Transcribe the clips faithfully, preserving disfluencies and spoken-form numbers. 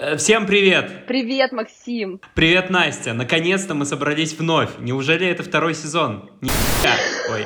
Всем привет! Привет, Максим! Привет, Настя! Наконец-то мы собрались вновь. Неужели это второй сезон? Ни***я. Ой.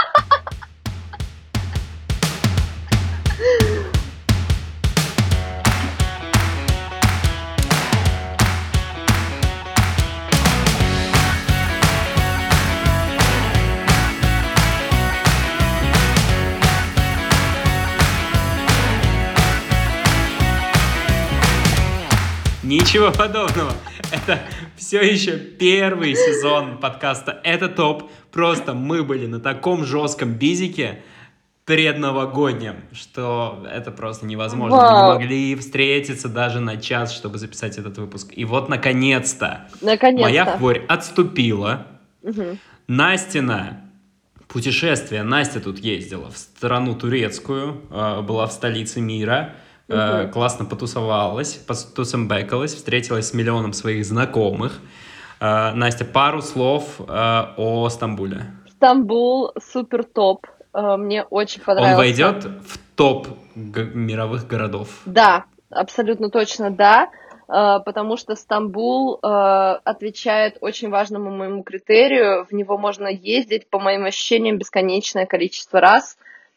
Ничего подобного. Это все еще первый сезон подкаста «Это топ». Просто мы были на таком жестком бизике предновогоднем, что это просто невозможно. Вау. Мы не могли встретиться даже на час, чтобы записать этот выпуск. И вот наконец-то, Наконец-то. моя хворь отступила. Угу. Настина путешествие. Настя тут ездила в страну турецкую, была в столице мира. Uh-huh. Классно потусовалась, потусамбекалась, встретилась с миллионом своих знакомых. Настя, пару слов о Стамбуле. Стамбул супер топ. Мне очень понравился. Он войдет в топ г- мировых городов? Да, абсолютно точно да, потому что Стамбул отвечает очень важному моему критерию. В него можно ездить, по моим ощущениям, бесконечное количество раз.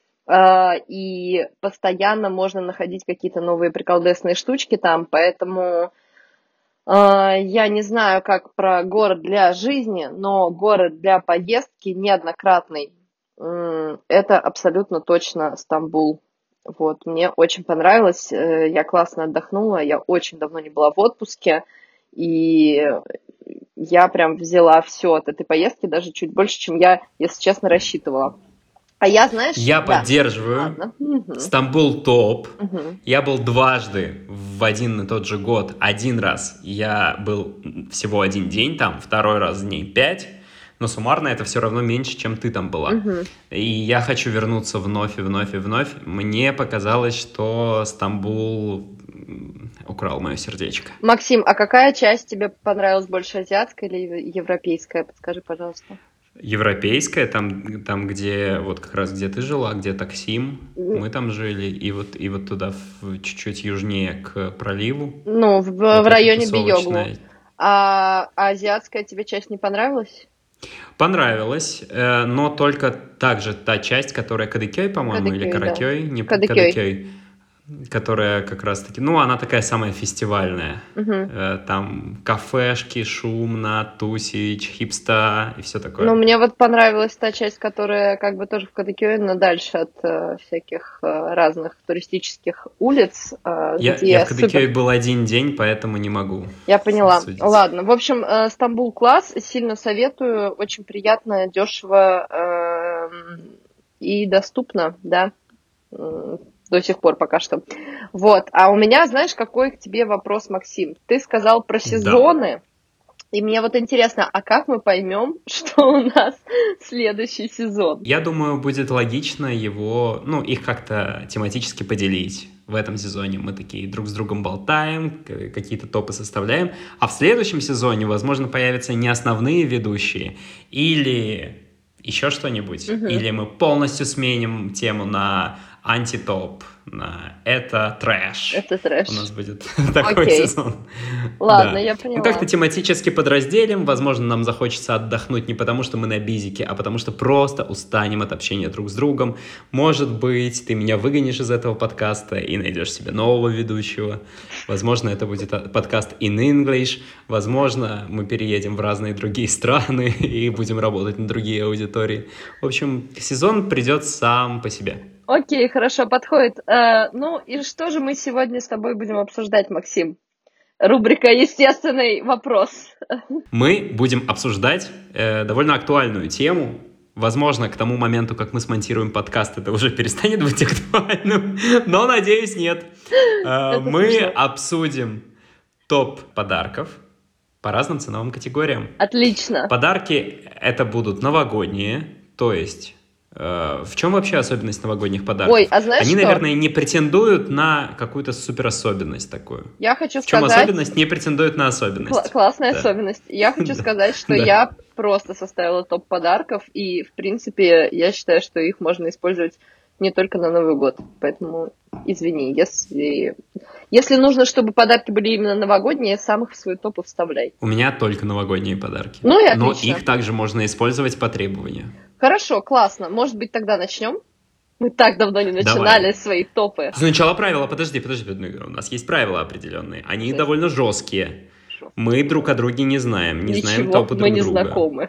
И постоянно можно находить какие-то новые приколдесные штучки там, поэтому э, я не знаю, как про город для жизни, но город для поездки неоднократный, э, это абсолютно точно Стамбул. Вот, мне очень понравилось, э, я классно отдохнула, я очень давно не была в отпуске, и я прям взяла все от этой поездки, даже чуть больше, чем я, если честно, рассчитывала. А я, знаешь... Я да. поддерживаю. Угу. Стамбул топ. Угу. Я был дважды в один и тот же год. Один раз я был всего один день там, второй раз дней пять. Но суммарно это все равно меньше, чем ты там была. Угу. И я хочу вернуться вновь и вновь и вновь. Мне показалось, что Стамбул украл мое сердечко. Максим, а какая часть тебе понравилась больше, азиатская или европейская? Подскажи, пожалуйста. Европейская, там, там, где вот как раз где ты жила, где Таксим, mm. мы там жили, и вот, и вот туда в, чуть-чуть южнее к проливу. Ну, в, вот в районе Биоглу. А, а азиатская тебе часть не понравилась? Понравилась, э, но только также та часть, которая Кадыкёй, по-моему, Кадыкёй, или Каракёй, да. не Кадыкёй. Кадыкёй, которая как раз-таки, ну, она такая самая фестивальная. Uh-huh. Там кафешки, шумно, тусич, хипста и все такое. Ну, мне вот понравилась та часть, которая как бы тоже в Кадыкёе, но дальше от э, всяких э, разных туристических улиц. Э, я, где я в Кадыкёе супер... был один день, поэтому не могу. Я поняла. Судить. Ладно. В общем, э, Стамбул класс, сильно советую, очень приятно, дешево э, и доступно, да. До сих пор пока что. Вот. А у меня, знаешь, какой к тебе вопрос, Максим? Ты сказал про сезоны, да. И мне вот интересно, а как мы поймем, что у нас следующий сезон? Я думаю, будет логично его, ну, их как-то тематически поделить. В этом сезоне мы такие друг с другом болтаем, какие-то топы составляем, а в следующем сезоне, возможно, появятся не основные ведущие или еще что-нибудь, угу. Или мы полностью сменим тему на антитоп, на это трэш. Это трэш. У нас будет такой Окей. сезон. Ладно, да. я поняла. Ну, как-то тематически подразделим. Возможно, нам захочется отдохнуть не потому, что мы на бизике, а потому что просто устанем от общения друг с другом. Может быть, ты меня выгонишь из этого подкаста и найдешь себе нового ведущего. Возможно, это будет подкаст in English. Возможно, мы переедем в разные другие страны и будем работать на другие аудитории. В общем, сезон придет сам по себе. Окей, хорошо, подходит. Э, ну и что же мы сегодня с тобой будем обсуждать, Максим? Рубрика «Естественный вопрос». Мы будем обсуждать э, довольно актуальную тему. Возможно, к тому моменту, как мы смонтируем подкаст, это уже перестанет быть актуальным, но, надеюсь, нет. Э, мы смешно. Обсудим топ подарков по разным ценовым категориям. Отлично. Подарки это будут новогодние, то есть... В чем вообще особенность новогодних подарков? Ой, а знаешь Они, что? наверное, не претендуют на какую-то суперособенность такую. Я хочу В чем сказать... особенность не претендует на особенность. Кл- классная да. особенность. Я хочу сказать, что я просто составила топ подарков, и, в принципе, я считаю, что их можно использовать не только на Новый год. Поэтому извини, если, если нужно, чтобы подарки были именно новогодние, сам их в свой топ и вставляй. У меня только новогодние подарки. Ну и Но отлично. их также можно использовать по требованию. Хорошо, классно. Может быть, тогда начнем? Мы так давно не начинали Давай. свои топы. Сначала правила, подожди, подожди, у нас есть правила определенные. Они Жесть. довольно жесткие. Хорошо. Мы друг о друге не знаем, не Ничего, знаем топы мы друг не друга. знакомы.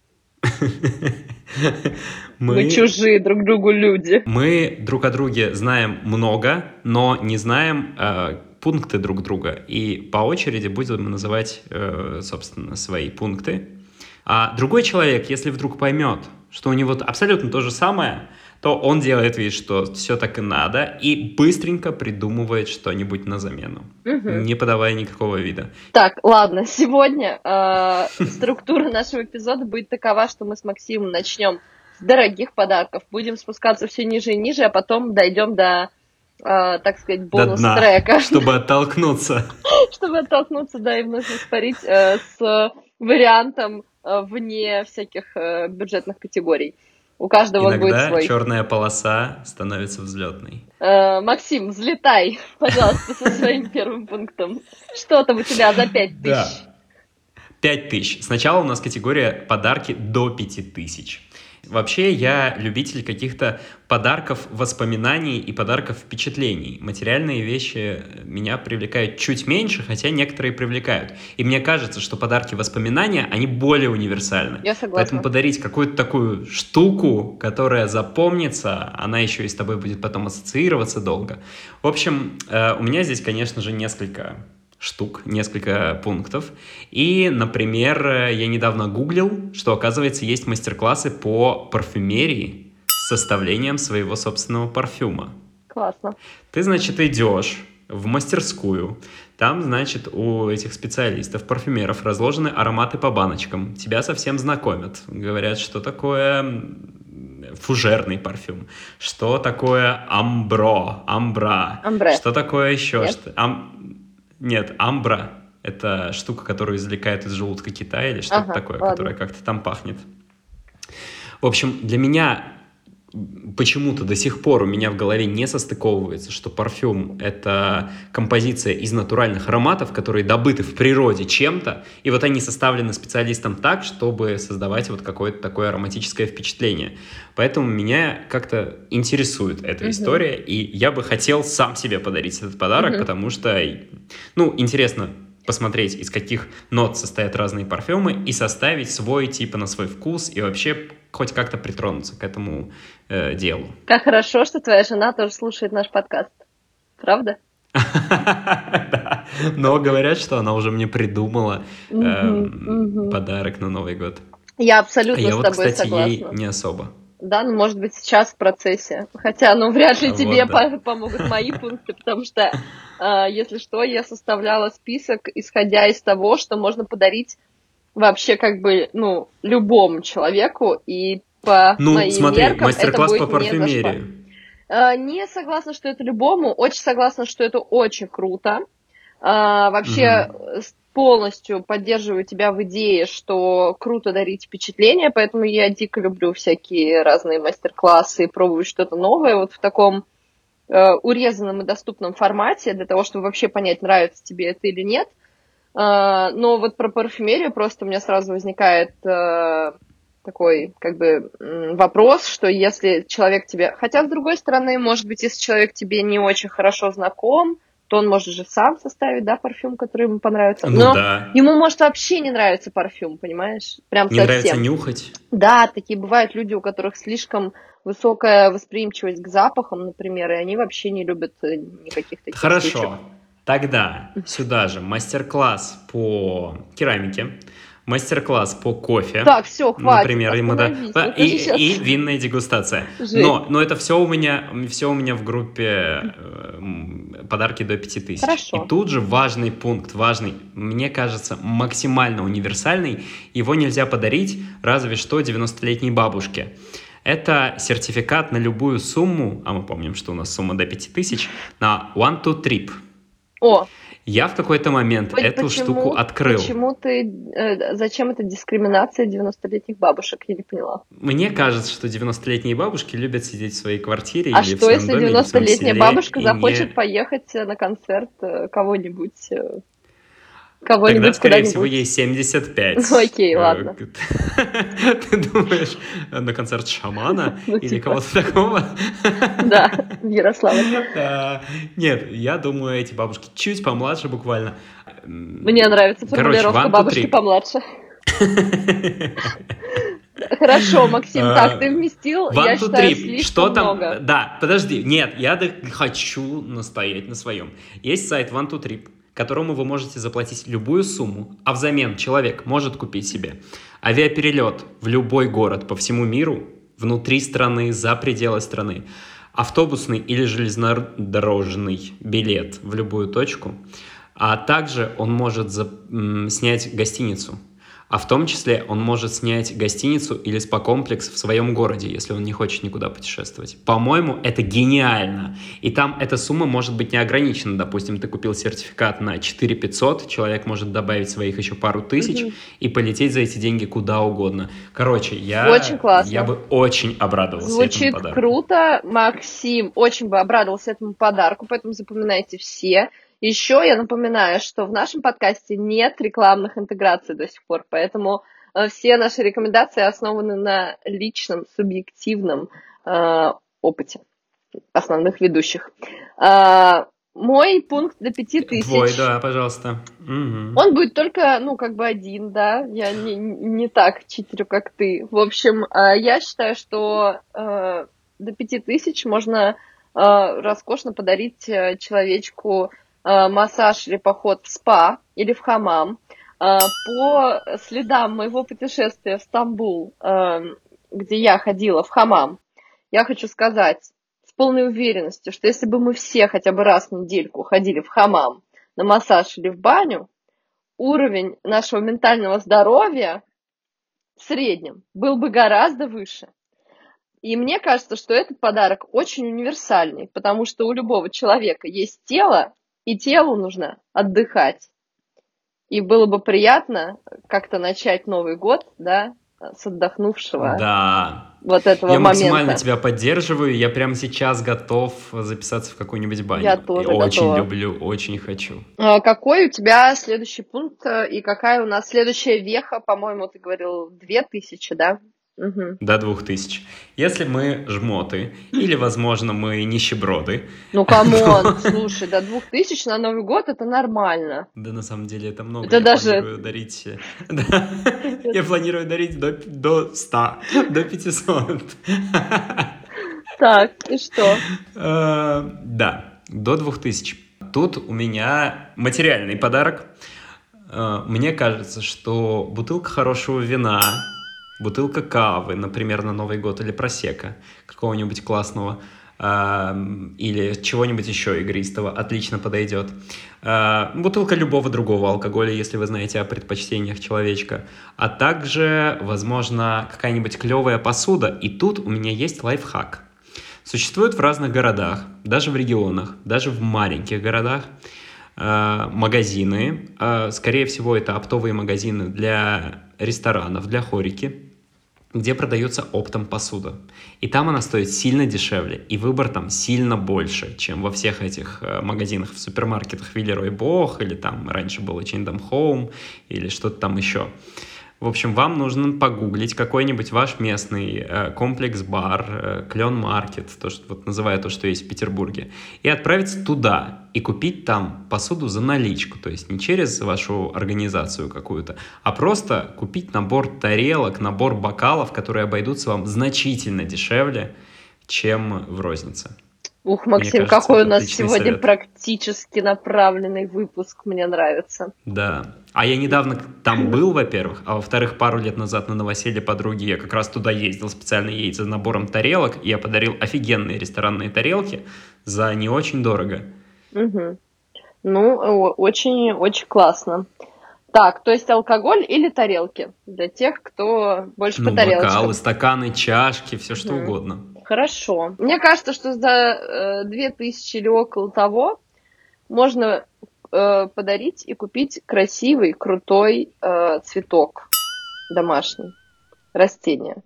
Мы... Мы чужие друг другу люди. Мы друг о друге знаем много, но не знаем э, пункты друг друга. И по очереди будем называть, э, собственно, свои пункты. А другой человек, если вдруг поймет, что у него абсолютно то же самое, то он делает вид, что все так и надо, и быстренько придумывает что-нибудь на замену, Угу. не подавая никакого вида. Так, ладно, сегодня э, структура нашего эпизода будет такова, что мы с Максимом начнем с дорогих подарков, будем спускаться все ниже и ниже, а потом дойдем до, э, так сказать, До дна, бонус-трека. чтобы оттолкнуться. Чтобы оттолкнуться, да, и вновь воспарить э, с вариантом э, вне всяких э, бюджетных категорий. У каждого будет Иногда свой. черная полоса становится взлетной. Э, Максим, взлетай, пожалуйста, со своим первым пунктом. Что там у тебя за пять тысяч? Да. Пять тысяч. Сначала у нас категория подарки до пяти тысяч. Вообще, я любитель каких-то подарков воспоминаний и подарков впечатлений. Материальные вещи меня привлекают чуть меньше, хотя некоторые привлекают. И мне кажется, что подарки воспоминания, они более универсальны. Я согласна. Поэтому подарить какую-то такую штуку, которая запомнится, она еще и с тобой будет потом ассоциироваться долго. В общем, у меня здесь, конечно же, несколько... штук, несколько пунктов. И, например, я недавно гуглил, что, оказывается, есть мастер-классы по парфюмерии с составлением своего собственного парфюма. Классно. Ты, значит, идешь в мастерскую, там, значит, у этих специалистов, парфюмеров, разложены ароматы по баночкам, тебя совсем знакомят, говорят, что такое фужерный парфюм, что такое амбро, амбра, Амбре. что такое еще Нет? что Ам... Нет, амбра — это штука, которую извлекают из желудка Китая или что-то Ага, такое, ладно. которое как-то там пахнет. В общем, для меня почему-то до сих пор у меня в голове не состыковывается, что парфюм — это композиция из натуральных ароматов, которые добыты в природе чем-то, и вот они составлены специалистом так, чтобы создавать вот какое-то такое ароматическое впечатление. Поэтому меня как-то интересует эта Мгм. история, и я бы хотел сам себе подарить этот подарок, Мгм. потому что, ну, интересно посмотреть, из каких нот состоят разные парфюмы, и составить свой, типа, на свой вкус, и вообще хоть как-то притронуться к этому э, делу. Как хорошо, что твоя жена тоже слушает наш подкаст. Правда? Да. Но говорят, что она уже мне придумала Мгм, эм, мгм. подарок на Новый год. Я А абсолютно я с вот, тобой кстати, ей согласна. не особо. Да, ну, может быть, сейчас в процессе. Хотя, ну, вряд ли Вот, тебе да. по- помогут мои пункты, потому что, э, если что, я составляла список, исходя из того, что можно подарить вообще, как бы, ну, любому человеку, и по Ну, моим смотри, меркам это мастер-класс будет по не за что. парфюмерии. Э, Не согласна, что это любому, очень согласна, что это очень круто. А, Вообще Мгм. с- полностью поддерживаю тебя в идее, что круто дарить впечатления, поэтому я дико люблю всякие разные мастер-классы и пробовать что-то новое вот в таком э, урезанном и доступном формате для того, чтобы вообще понять, нравится тебе это или нет. А, Но вот про парфюмерию просто у меня сразу возникает э, такой, как бы, м, вопрос, что если человек тебе... Хотя, с другой стороны, может быть, если человек тебе не очень хорошо знаком, то он может же сам составить, да, парфюм, который ему понравится. Ну Но да. ему может вообще не нравиться парфюм, понимаешь? Прям Не нравится совсем. нюхать. Да, такие бывают люди, у которых слишком высокая восприимчивость к запахам, например, и они вообще не любят э, никаких таких Хорошо. штучек. Тогда сюда же мастер-класс по керамике, мастер-класс по кофе. Так, все, хватит, Например, и, мы, да, остановись. да, Это и, же щас- и винная дегустация. Жесть. Но, но это все у меня, все у меня в группе э, м, подарки до пяти тысяч. Хорошо. И тут же важный пункт, важный, мне кажется, максимально универсальный. Его нельзя подарить разве что девяностолетней бабушке. Это сертификат на любую сумму, а мы помним, что у нас сумма до пяти тысяч, на One to Trip. О, Я в какой-то момент Ой, эту почему, штуку открыл. Почему ты... Э, зачем эта дискриминация девяностолетних бабушек? Я не поняла. Мне кажется, что девяностолетние бабушки любят сидеть в своей квартире А или в что, своем если доме, или в своем девяностолетняя селе бабушка и захочет не... поехать на концерт э, кого-нибудь, э, Тогда, кого-нибудь скорее всего, ей куда-нибудь? семьдесят Ну, пять. окей, Э, ладно. Ты думаешь, на концерт шамана Ну, или типа, кого-то такого? да, в Ярославль. А, Нет, я думаю, эти бабушки чуть помладше буквально. Мне нравится Короче, формулировка one, two, бабушки three. помладше. Хорошо, Максим, так, ты Э, вместил, я One, two, считаю, three. Что слишком там? много. Да, подожди. Нет, я д- хочу настоять на своем. Есть сайт one, two, three, которому вы можете заплатить любую сумму, а взамен человек может купить себе авиаперелет в любой город по всему миру, внутри страны, за пределы страны, автобусный или железнодорожный билет в любую точку, а также он может за- м, снять гостиницу. А в том числе он может снять гостиницу или спа-комплекс в своем городе, если он не хочет никуда путешествовать. По-моему, это гениально. И там эта сумма может быть не ограничена. Допустим, ты купил сертификат на четыре тысячи пятьсот, человек может добавить своих еще пару тысяч Мгм. и полететь за эти деньги куда угодно. Короче, Очень я, я классно. бы очень обрадовался этому Звучит подарку. круто. Максим очень бы обрадовался этому подарку, поэтому запоминайте все. Еще я напоминаю, что в нашем подкасте нет рекламных интеграций до сих пор, поэтому э, все наши рекомендации основаны на личном, субъективном э, опыте основных ведущих. Э, мой пункт до пяти Твой, тысяч. да, пожалуйста. Мгм. Он будет только, ну, как бы один, да, я не, не так читерю, как ты. В общем, э, я считаю, что э, до пяти тысяч можно э, роскошно подарить э, человечку э, массаж или поход в спа или в хамам. Э, По следам моего путешествия в Стамбул, э, где я ходила в хамам, я хочу сказать с полной уверенностью, что если бы мы все хотя бы раз в недельку ходили в хамам, на массаж или в баню, уровень нашего ментального здоровья в среднем был бы гораздо выше. И мне кажется, что этот подарок очень универсальный, потому что у любого человека есть тело, и телу нужно отдыхать. И было бы приятно как-то начать Новый год, да, с отдохнувшего Да. вот этого Я максимально момента. тебя поддерживаю. Я прямо сейчас готов записаться в какую-нибудь баню. Я тоже Очень готова. люблю, очень хочу. А какой у тебя следующий пункт э, и какая у нас следующая веха? По-моему, ты говорил две тысячи, да? Угу. До двух тысяч. Если мы жмоты, или, возможно, мы нищеброды, Ну, камон, слушай, до двух тысяч на Новый год это нормально. да, на самом деле это много. Это Я даже... планирую дарить... да, Я планирую дарить до, до ста, до пятисот. Так, и что? Э, Да, до двух тысяч. Тут у меня материальный подарок. Э, Мне кажется, что бутылка хорошего вина, бутылка кавы, например, на Новый год, или просека какого-нибудь классного, эм, или чего-нибудь еще игристого, отлично подойдет. Э, Бутылка любого другого алкоголя, если вы знаете о предпочтениях человечка. А также, возможно, какая-нибудь клевая посуда. И тут у меня есть лайфхак. Существуют в разных городах, даже в регионах, даже в маленьких городах, э, магазины. Э, Скорее всего, это оптовые магазины для ресторанов, для хорики, где продается оптом посуда. И там она стоит сильно дешевле, и выбор там сильно больше, чем во всех этих э, магазинах в супермаркетах Виллерой Бог, или там раньше было Kingdom Home, или что-то там еще. В общем, вам нужно погуглить какой-нибудь ваш местный э, комплекс-бар, э, Клен-маркет, то, что вот называют то, что есть в Петербурге, и отправиться туда и купить там посуду за наличку, то есть не через вашу организацию какую-то, а просто купить набор тарелок, набор бокалов, которые обойдутся вам значительно дешевле, чем в рознице. Ух, Мне Максим, кажется, какой у это нас отличный сегодня совет. практически направленный выпуск, мне нравится. Да. А я недавно там был, во-первых, а во-вторых, пару лет назад на новоселье подруги я как раз туда ездил, специально ей за набором тарелок, и я подарил офигенные ресторанные тарелки за не очень дорого. Угу. Ну, очень-очень классно. Так, то есть алкоголь или тарелки? Для тех, кто больше Ну, по тарелочкам. бокалы, стаканы, чашки, все что Мгм. угодно. Хорошо. Мне кажется, что за э, две тысячи или около того можно э, подарить и купить красивый, крутой э, цветок домашний, растение.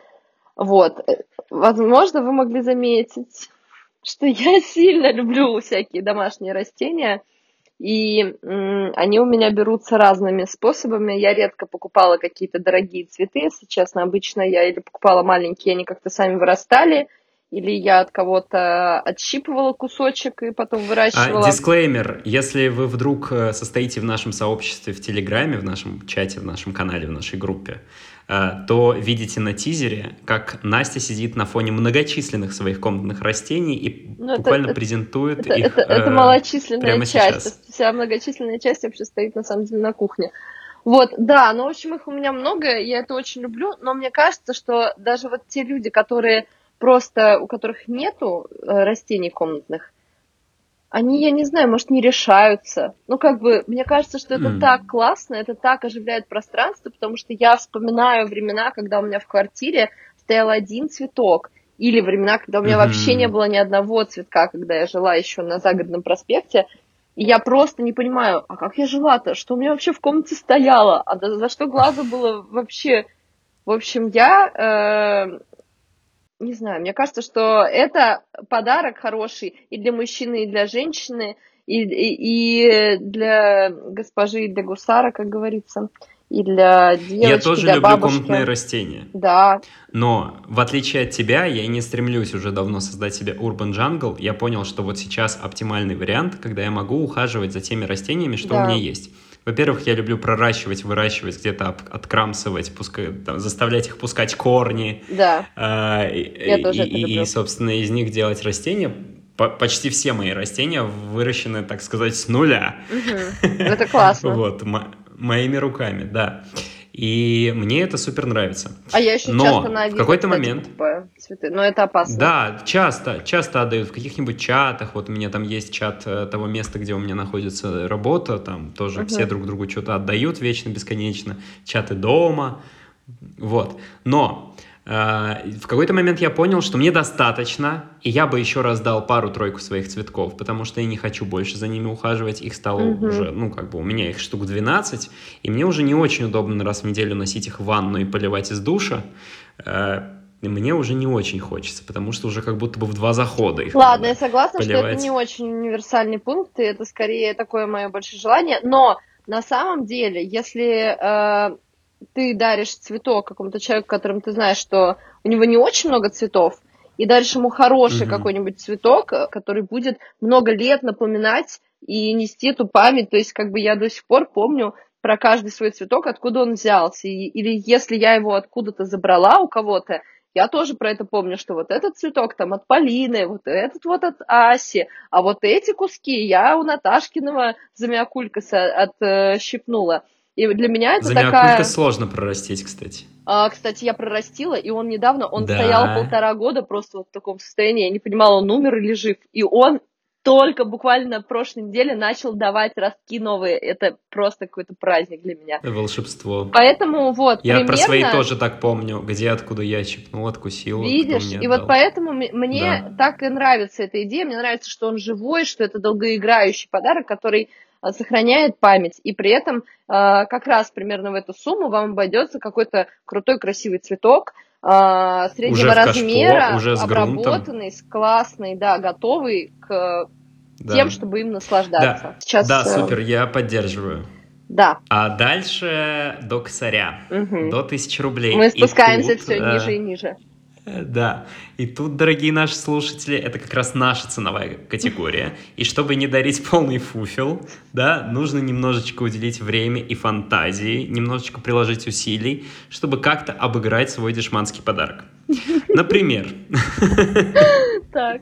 Вот. Возможно, вы могли заметить, что я сильно люблю всякие домашние растения, и м, они у меня берутся разными способами. Я редко покупала какие-то дорогие цветы, если честно. Обычно я или покупала маленькие, они как-то сами вырастали, или я от кого-то отщипывала кусочек и потом А, выращивала. дисклеймер, если вы вдруг э, состоите в нашем сообществе в Телеграме, в нашем чате, в нашем канале, в нашей группе, э, то видите на тизере, как Настя сидит на фоне многочисленных своих комнатных растений и Ну, это, буквально это, презентует это, их это, это э, малочисленная прямо часть. То сейчас. есть вся многочисленная часть вообще стоит на самом деле на кухне. Вот, да, ну, в общем, их у меня много, я это очень люблю, но мне кажется, что даже вот те люди, которые просто, у которых нету э, растений комнатных, они, я не знаю, может, не решаются. Ну, как бы, мне кажется, что это М. так классно, это так оживляет пространство, потому что я вспоминаю времена, когда у меня в квартире стоял один цветок, или времена, когда у меня вообще не Мгм. было ни одного цветка, когда я жила еще на Загородном проспекте, и я просто не понимаю, а как я жила-то? Что у меня вообще в комнате стояло? А за за что глазу было вообще? В общем, я э, не знаю, мне кажется, что это подарок хороший и для мужчины, и для женщины, и, и, и для госпожи, и для гусара, как говорится, и для Я девочки, тоже для люблю комнатные бабушки. растения. Да, Но, в отличие от тебя, я не стремлюсь уже давно создать себе Urban Jungle. Я понял, что вот сейчас оптимальный вариант, когда я могу ухаживать за теми растениями, что у меня да. есть. Во-первых, я люблю проращивать, выращивать, где-то об- открамсывать, пускай, там, заставлять их пускать корни, Да, э, и, я тоже и- это и, люблю. собственно, из них делать растения. По- почти все мои растения выращены, так сказать, с нуля. Мгм. Это классно. Вот, мо- моими руками, да. И мне это супер нравится. А я еще часто Но на в Авито, какой-то кстати, момент, покупаю цветы, но это опасно. да, часто, часто отдают в каких-нибудь чатах. Вот у меня там есть чат э, того места, где у меня находится работа. Там тоже все Мгм. друг другу что-то отдают вечно, бесконечно. Чаты дома. Вот. Но э, в какой-то момент я понял, что мне достаточно, и я бы еще раз дал пару-тройку своих цветков, потому что я не хочу больше за ними ухаживать. Их стало Мгм. уже, ну, как бы у меня их штук двенадцать, и мне уже не очень удобно раз в неделю носить их в ванну и поливать из душа. Э, и мне уже не очень хочется, потому что уже как будто бы в два захода их Ладно, я надо согласна, что это не поливать. очень универсальный пункт, и это скорее такое мое большое желание. Но на самом деле, если э, ты даришь цветок какому-то человеку, которым ты знаешь, что у него не очень много цветов, и даришь ему хороший Мгм. какой-нибудь цветок, э, который будет много лет напоминать и нести эту память. То есть, как бы я до сих пор помню про каждый свой цветок, откуда он взялся. И- или если я его откуда-то забрала у кого-то, я тоже про это помню, что вот этот цветок там от Полины, вот этот вот от Аси, а вот эти куски я у Наташкиного замиокулькаса отщипнула. И для меня это Замиокулька такая... сложно прорастить, кстати. А, кстати, я прорастила, и он недавно, он стоял Да. полтора года просто вот в таком состоянии, я не понимала, он умер или жив. И он только буквально на прошлой неделе начал давать ростки новые. Это просто какой-то праздник для меня. Волшебство. Поэтому вот, Я про свои примерно... тоже так помню, где, откуда я щипнул, откусил, кто Видишь, мне и вот отдал. поэтому м- мне Да. так и нравится эта идея. Мне нравится, что он живой, что это долгоиграющий подарок, который а, сохраняет память. И при этом а, как раз примерно в эту сумму вам обойдется какой-то крутой красивый цветок а, среднего Уже в кашпо, размера, уже с грунтом. обработанный, с- классный, да, готовый к тем, Да. чтобы им Да. наслаждаться. Да, Сейчас, э, супер, я поддерживаю. да, А дальше до косаря, мгм. до тысячи рублей. Мы И спускаемся тут, все ниже и э, ниже. э, да, и тут, дорогие наши слушатели, это как раз наша ценовая категория. И чтобы не дарить полный фуфел, да, нужно немножечко уделить время и фантазии, немножечко приложить усилий, чтобы как-то обыграть свой дешманский подарок. Например, Так.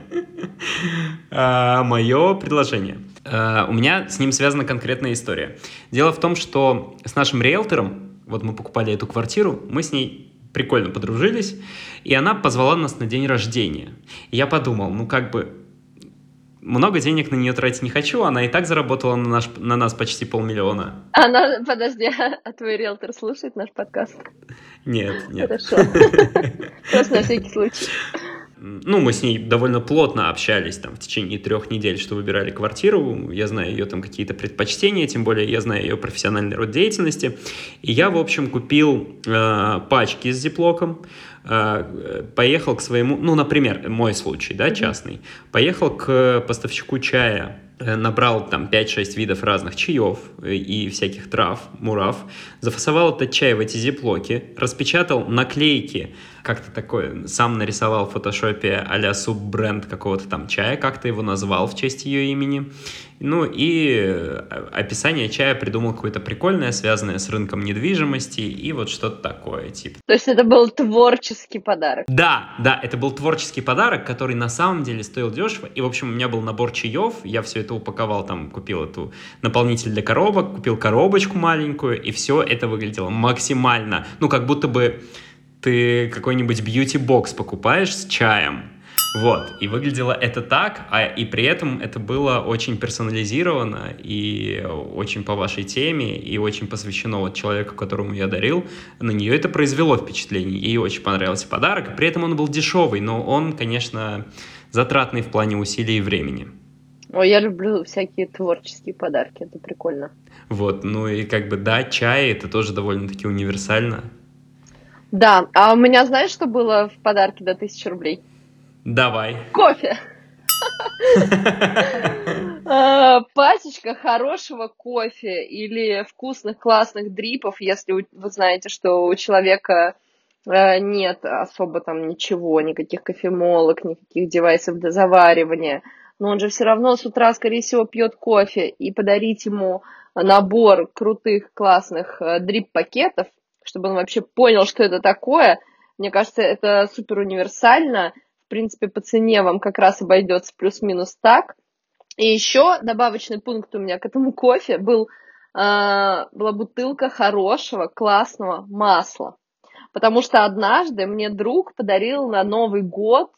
мое предложение. А, У меня с ним связана конкретная история. Дело в том, что с нашим риэлтором, вот мы покупали эту квартиру, мы с ней прикольно подружились, и она позвала нас на день рождения. И я подумал, ну как бы много денег на нее тратить не хочу, она и так заработала на, наш, на нас почти полмиллиона. Она, подожди, а твой риэлтор слушает наш подкаст? Нет, нет. Хорошо. Просто на всякий случай. Ну, мы с ней довольно плотно общались там в течение трех недель, что выбирали квартиру. Я знаю ее там какие-то предпочтения, тем более я знаю ее профессиональный род деятельности. И я, в общем, купил э, пачки с зиплоком, э, поехал к своему, ну, например, мой случай, да, частный, поехал к поставщику чая, набрал там пять-шесть видов разных чаев и всяких трав, мурав, зафасовал этот чай в эти зиплоки, распечатал наклейки, как-то такое, сам нарисовал в фотошопе а-ля суббренд какого-то там чая, как-то его назвал в честь ее имени. Ну и описание чая придумал какое-то прикольное, связанное с рынком недвижимости и вот что-то такое, типа. То есть это был творческий подарок? Да, да, это был творческий подарок, который на самом деле стоил дешево. И, в общем, у меня был набор чаев, я все это упаковал, там, купил эту наполнитель для коробок, купил коробочку маленькую, и все это выглядело максимально, ну, как будто бы ты какой-нибудь бьюти-бокс покупаешь с чаем. Вот, и выглядело это так, а и при этом это было очень персонализировано и очень по вашей теме, и очень посвящено вот человеку, которому я дарил. На нее это произвело впечатление, ей очень понравился подарок, при этом он был дешевый, но он, конечно, затратный в плане усилий и времени. Ой, я люблю всякие творческие подарки, это прикольно. Вот, ну и как бы, да, чай, это тоже довольно-таки универсально. Да, а у меня, знаешь, что было в подарке до тысячи рублей? Давай. Кофе. Пачечка хорошего кофе или вкусных, классных дрипов, если вы знаете, что у человека нет особо там ничего, никаких кофемолок, никаких девайсов для заваривания, но он же все равно с утра, скорее всего, пьет кофе, и подарить ему набор крутых, классных дрип-пакетов, чтобы он вообще понял, что это такое, мне кажется, это супер универсально. В принципе, по цене вам как раз обойдется плюс-минус так. И еще добавочный пункт у меня к этому кофе был, э, была бутылка хорошего, классного масла. Потому что однажды мне друг подарил на Новый год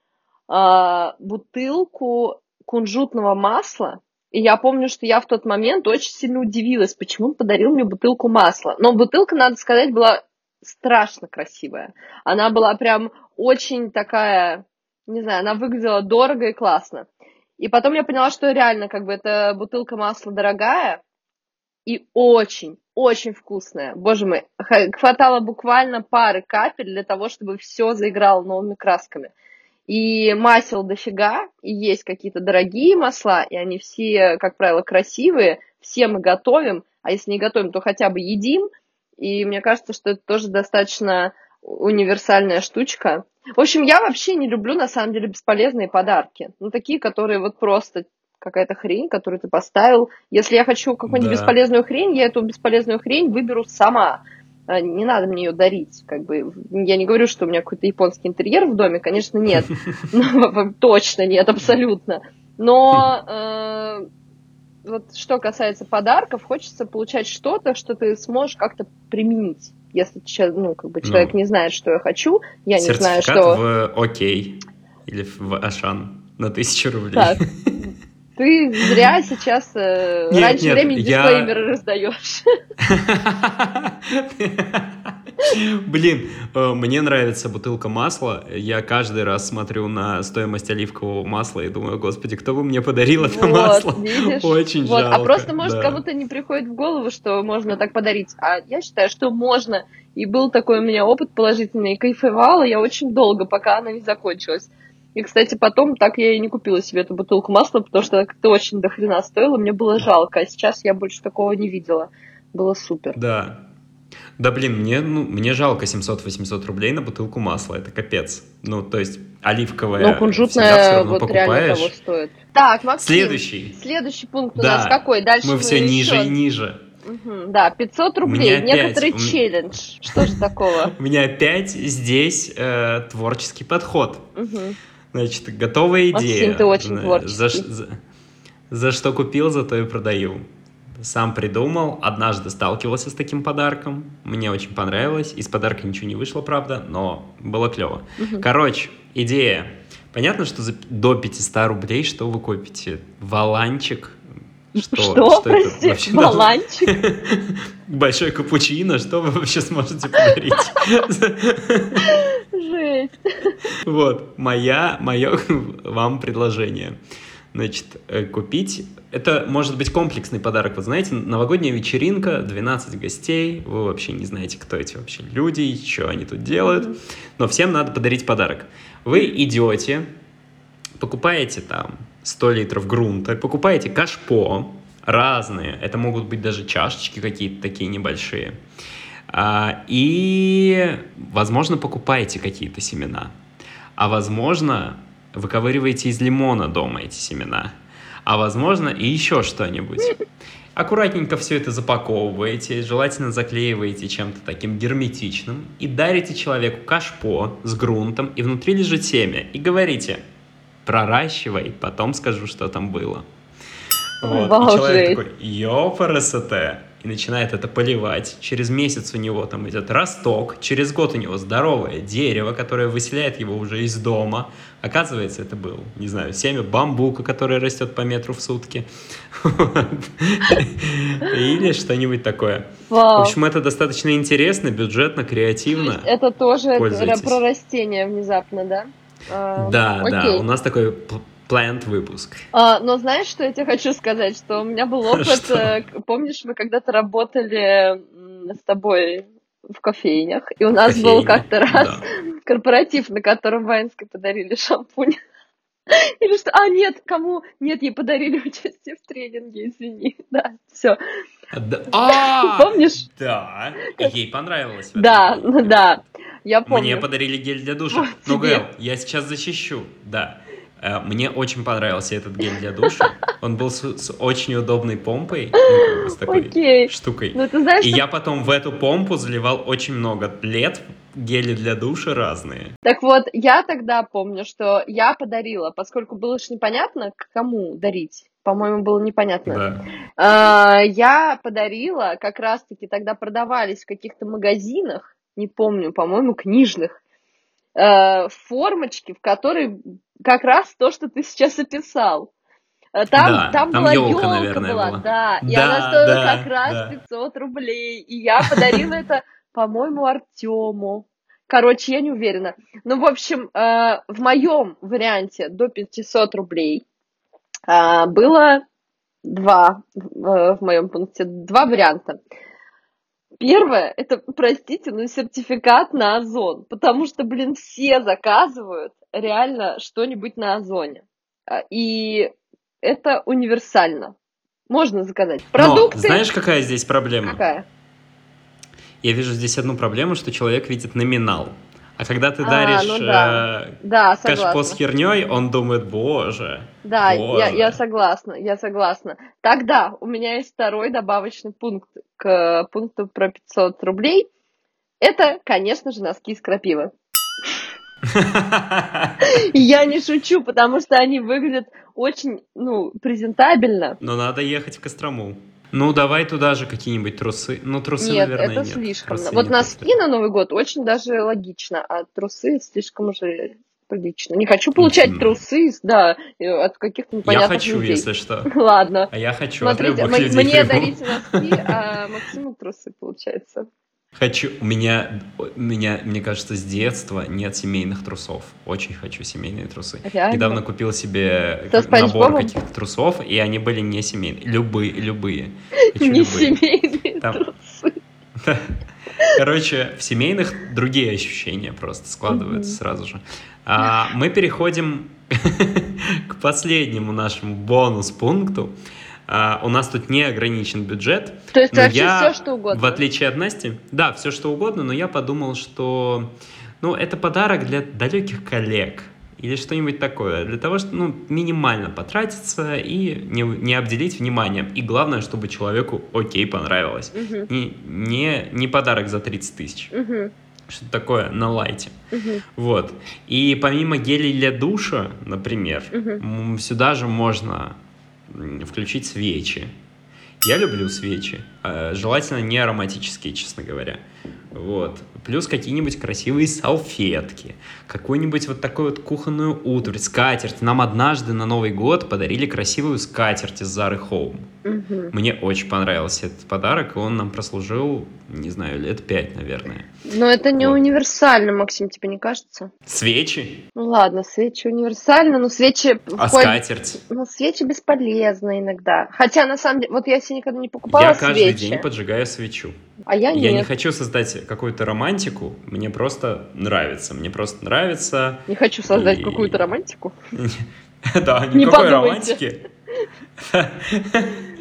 э, бутылку кунжутного масла. И я помню, что я в тот момент очень сильно удивилась, почему он подарил мне бутылку масла. Но бутылка, надо сказать, была страшно красивая. Она была прям очень такая, не знаю, она выглядела дорого и классно. И потом я поняла, что реально, как бы, эта бутылка масла дорогая и очень, очень вкусная. Боже мой, хватало буквально пары капель для того, чтобы все заиграло новыми красками. И масел дофига, и есть какие-то дорогие масла, и они все, как правило, красивые, все мы готовим, а если не готовим, то хотя бы едим. И мне кажется, что это тоже достаточно универсальная штучка. В общем, я вообще не люблю, на самом деле, бесполезные подарки. Ну, такие, которые вот просто какая-то хрень, которую ты поставил. Если я хочу какую-нибудь да. бесполезную хрень, я эту бесполезную хрень выберу сама. Не надо мне ее дарить. Как бы. Я не говорю, что у меня какой-то японский интерьер в доме, конечно, нет. Точно нет, абсолютно. Но... Вот что касается подарков, хочется получать что-то, что ты сможешь как-то применить. Если ну, как бы человек ну, не знает, что я хочу, я не знаю, что... Сертификат в Окей или в Ашан на тысячу рублей. Так, ты зря сейчас э, нет, раньше нет, времени я... дисклеймеры раздаешь. Блин, мне нравится бутылка масла. Я каждый раз смотрю на стоимость оливкового масла и думаю, господи, кто бы мне подарил это вот, масло? Видишь? Очень вот. жалко. А просто, может, да. кому-то не приходит в голову, что можно так подарить. А я считаю, что можно. И был такой у меня опыт положительный. И кайфовала я очень долго, пока она не закончилась. И, кстати, потом так я и не купила себе эту бутылку масла, потому что она как-то очень дохрена стоила, мне было жалко. А сейчас я больше такого не видела. Было супер. Да. Да, блин, мне, ну, мне жалко семьсот-восемьсот рублей на бутылку масла, это капец. Ну, то есть оливковая ну, кунжутная всегда все равно вот покупаешь. Реально того стоит. Так, Максим, следующий. Следующий пункт у да. нас какой? Дальше мы, мы все еще... ниже и ниже. Угу, да, пятьсот рублей, некоторый опять... челлендж. Что же такого? У меня опять здесь э, творческий подход. Угу. Значит, готовая идея. Максим, ты очень творческий. За, за, за что купил, за то и продаю. Сам придумал, однажды сталкивался с таким подарком, мне очень понравилось, из подарка ничего не вышло, правда, но было клево. Угу. Короче, идея. Понятно, что за до пятьсот рублей что вы купите? Валанчик. Что? Что, что прости? Это валанчик? Большой капучино, что вы вообще сможете подарить? Жесть. Окей. Вот, моя, мое вам предложение. Значит, э, купить... Это может быть комплексный подарок. Вот знаете, новогодняя вечеринка, двенадцать гостей, вы вообще не знаете, кто эти вообще люди, что они тут делают, Мгм. но всем надо подарить подарок. Вы идете, покупаете там сто литров грунта, покупаете кашпо, разные, это могут быть даже чашечки какие-то такие небольшие, а, и, возможно, покупаете какие-то семена, а возможно, выковыриваете из лимона дома эти семена, а возможно, и еще что-нибудь. Аккуратненько все это запаковываете, желательно заклеиваете чем-то таким герметичным и дарите человеку кашпо с грунтом, и внутри лежит семя, и говорите: проращивай, потом скажу, что там было. Вот. Вау, И человек жесть. такой: ёпарасоте, и начинает это поливать. Через месяц у него там идет росток, через год у него здоровое дерево, которое выселяет его уже из дома. Оказывается, это был, не знаю, семя бамбука, которое растет по метру в сутки. Или что-нибудь такое. В Вау. общем, это достаточно интересно, бюджетно, То креативно. есть это тоже это Пользуйтесь. про растения внезапно, да? А, Да, да, окей. у нас такой плант выпуск. А, но знаешь, что я тебе хочу сказать? Что у меня был опыт, Что? э, к- помнишь, мы когда-то работали м, с тобой в кофейнях, и у нас был Кофейня. как-то раз Да. корпоратив, на котором Ваенской подарили шампунь. Или что? А, нет, кому? Нет, ей подарили участие в тренинге, извини. Да, все. А, да. А, Помнишь? да. И ей понравилось в этом Да, тренинге. да, я Мне помню. подарили гель для душа. Вот Но, тебе. Гэл, я сейчас защищу. Да. Э, Мне очень понравился этот гель для душа. Он был с, с очень удобной помпой, ну, как бы с такой Окей. штукой. Ну, ты знаешь, И что- я потом в эту помпу заливал очень много лет гели для душа разные. Так вот, я тогда помню, что я подарила, поскольку было ж непонятно, к кому дарить. По-моему, было непонятно. Да. А, Я подарила, как раз-таки тогда продавались в каких-то магазинах, не помню, по-моему, книжных, э, формочки, в которой как раз то, что ты сейчас описал. Э, Там, Да, там там была ёлка, елка наверное, была, была. да, и Да, она стоила да, как раз да. пятьсот рублей, и я подарила это, по-моему, Артему. Короче, я не уверена. Ну, в общем, э, в моем варианте до пятьсот рублей э, было два, э, в моем пункте, два варианта. Первое, это, простите, но сертификат на Озон, потому что, блин, все заказывают реально что-нибудь на Озоне. А, И это универсально. Можно заказать Но продукты. знаешь, какая здесь проблема? Какая? Я вижу здесь одну проблему, что человек видит номинал. А когда ты А, даришь ну да. э, Да, кашпо с согласна. херней, он думает: боже, Да, я, я боже. согласна, я согласна. Тогда у меня есть второй добавочный пункт к пункту про пятьсот рублей. Это, конечно же, носки из крапивы. И я не шучу, потому что они выглядят очень, ну, презентабельно. Но надо ехать в Кострому. Ну, давай туда же какие-нибудь трусы. Ну, трусы, Нет, наверное, это нет. слишком. Трусы Вот не носки тот на Новый год очень даже логично, а трусы слишком уже прилично. Не хочу получать Интимно. трусы, да, э, от каких-то Я непонятных хочу, людей. если что. Ладно. А я хочу от Смотрите, любых м- людей мне приму. дарите носки, а Максиму трусы, получается. Хочу. У меня, у меня, мне кажется, с детства нет семейных трусов. Очень хочу семейные трусы. Реально? Недавно купил себе Со Спанч набор Бобом? каких-то трусов, и они были не семейные. Любые, любые. Хочу Не любые. семейные Там- трусы. Короче, в семейных другие ощущения просто складываются Мгм. сразу же. А, мы переходим к последнему нашему бонус-пункту. А, у нас тут не ограничен бюджет. То есть но вообще я, все, что угодно. в отличие от Насти, да, все что угодно, но я подумал, что ну, это подарок для далеких коллег или что-нибудь такое, для того, чтобы ну, минимально потратиться и не, не обделить вниманием. И главное, чтобы человеку окей понравилось. Мгм. Не, не, не подарок за тридцать тысяч. Мгм. Что-то такое на лайте. Мгм. Вот. И помимо гелей для душа, например, Мгм. м, сюда же можно м, включить свечи. Я люблю свечи. Э, желательно не ароматические, честно говоря. Вот. Плюс какие-нибудь красивые салфетки, какую-нибудь вот такую вот кухонную утварь, скатерть. Нам однажды на Новый год подарили красивую скатерть из Zara Home. Мгм. Мне очень понравился этот подарок, и он нам прослужил, не знаю, лет пять, наверное. Но это не Вот. универсально, Максим, тебе не кажется? Свечи, Ну ладно, свечи универсальны, но свечи... а входят- скатерть. Ну, свечи бесполезны иногда. Хотя, на самом деле, вот я себе никогда не покупала Я каждый свечи, день поджигаю свечу. а я Я не нет. хочу создать какую-то романтику, мне просто нравится. Мне просто нравится. Не хочу создать И- какую-то романтику. Да, Не никакой подумайте. романтики.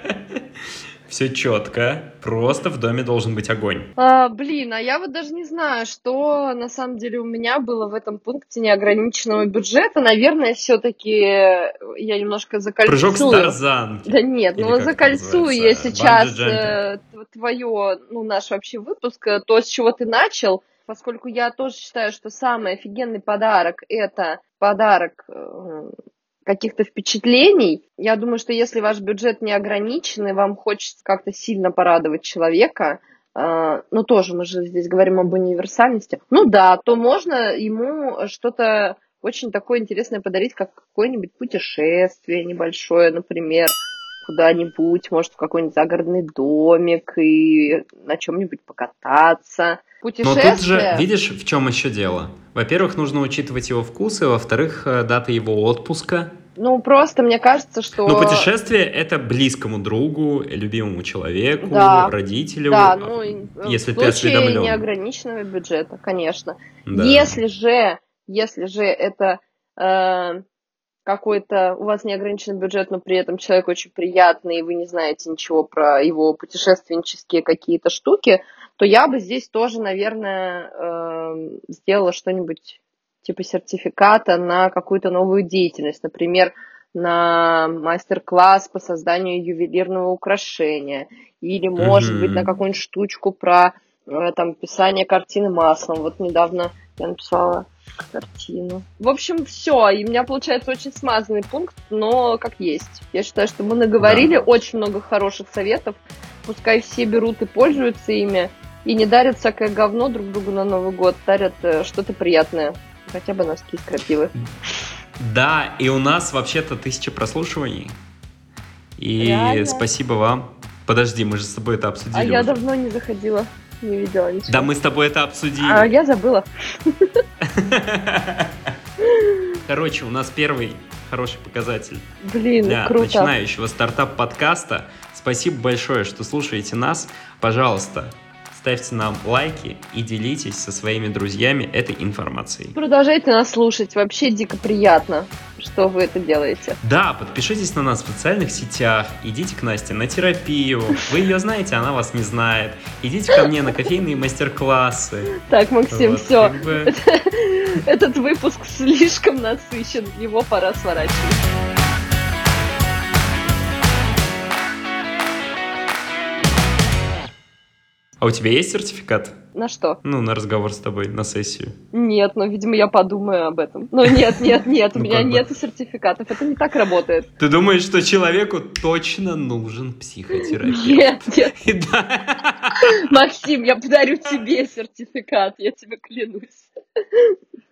Все четко. Просто в доме должен быть огонь. А, блин, а я вот даже не знаю, что на самом деле у меня было в этом пункте неограниченного бюджета. Наверное, все-таки я немножко Прыжок с закольцую. тарзанки. Да нет, Или ну как это закольцую я называется? сейчас Банджи-джампинг. твое, ну наш вообще выпуск, э, то, с чего ты начал, поскольку я тоже считаю, что самый офигенный подарок это подарок э, каких-то впечатлений. Я думаю, что если ваш бюджет не ограничен, и вам хочется как-то сильно порадовать человека, э, ну тоже мы же здесь говорим об универсальности, ну да, то можно ему что-то очень такое интересное подарить, как какое-нибудь путешествие небольшое, например, куда-нибудь, может, в какой-нибудь загородный домик и на чем-нибудь покататься. Но тут же, Путешествие... видишь, в чем еще дело? Во-первых, нужно учитывать его вкусы, во-вторых, э, дата его отпуска. Ну, просто мне кажется, что... Но путешествие — это близкому другу, любимому человеку, Да, родителю, да, ну, и если в ты случае осведомлен. неограниченного бюджета, конечно. Да. Если же, если же это э, какой-то, у вас неограниченный бюджет, но при этом человек очень приятный, и вы не знаете ничего про его путешественнические какие-то штуки, то я бы здесь тоже, наверное, э, сделала что-нибудь типа сертификата на какую-то новую деятельность, например, на мастер-класс по созданию ювелирного украшения, или, может быть, на Мгм. какую-нибудь штучку про э, там, писание картины маслом. Вот недавно я написала картину. В общем, все. И у меня получается очень смазанный пункт, но как есть. Я считаю, что мы наговорили Да. очень много хороших советов. Пускай все берут и пользуются ими. И не дарят всякое говно друг другу на Новый год. Дарят э, что-то приятное. Хотя бы носки из крапивы. Да, и у нас вообще-то тысяча прослушиваний. И Реально? спасибо вам. Подожди, мы же с тобой это обсудили А я уже. давно не заходила. Не видела ничего. Да мы с тобой это обсудили. А я забыла. Короче, у нас первый хороший показатель Блин, для круто. начинающего стартап-подкаста. Спасибо большое, что слушаете нас. Пожалуйста, ставьте нам лайки и делитесь со своими друзьями этой информацией. Продолжайте нас слушать. Вообще дико приятно, что вы это делаете. Да, подпишитесь на нас в социальных сетях, идите к Насте на терапию. Вы ее знаете, она вас не знает. Идите ко мне на кофейные мастер-классы. Так, Максим, Вот, все. как бы- Этот выпуск слишком насыщен. Его пора сворачивать. А у тебя есть сертификат? На что? Ну, на разговор с тобой, на сессию. Нет, но, видимо, я подумаю об этом. Но нет, нет, нет, у Ну, меня как бы. нет сертификатов. Это не так работает. Ты думаешь, что человеку точно нужен психотерапевт? Нет, нет. И да. Максим, я подарю тебе сертификат, я тебе клянусь.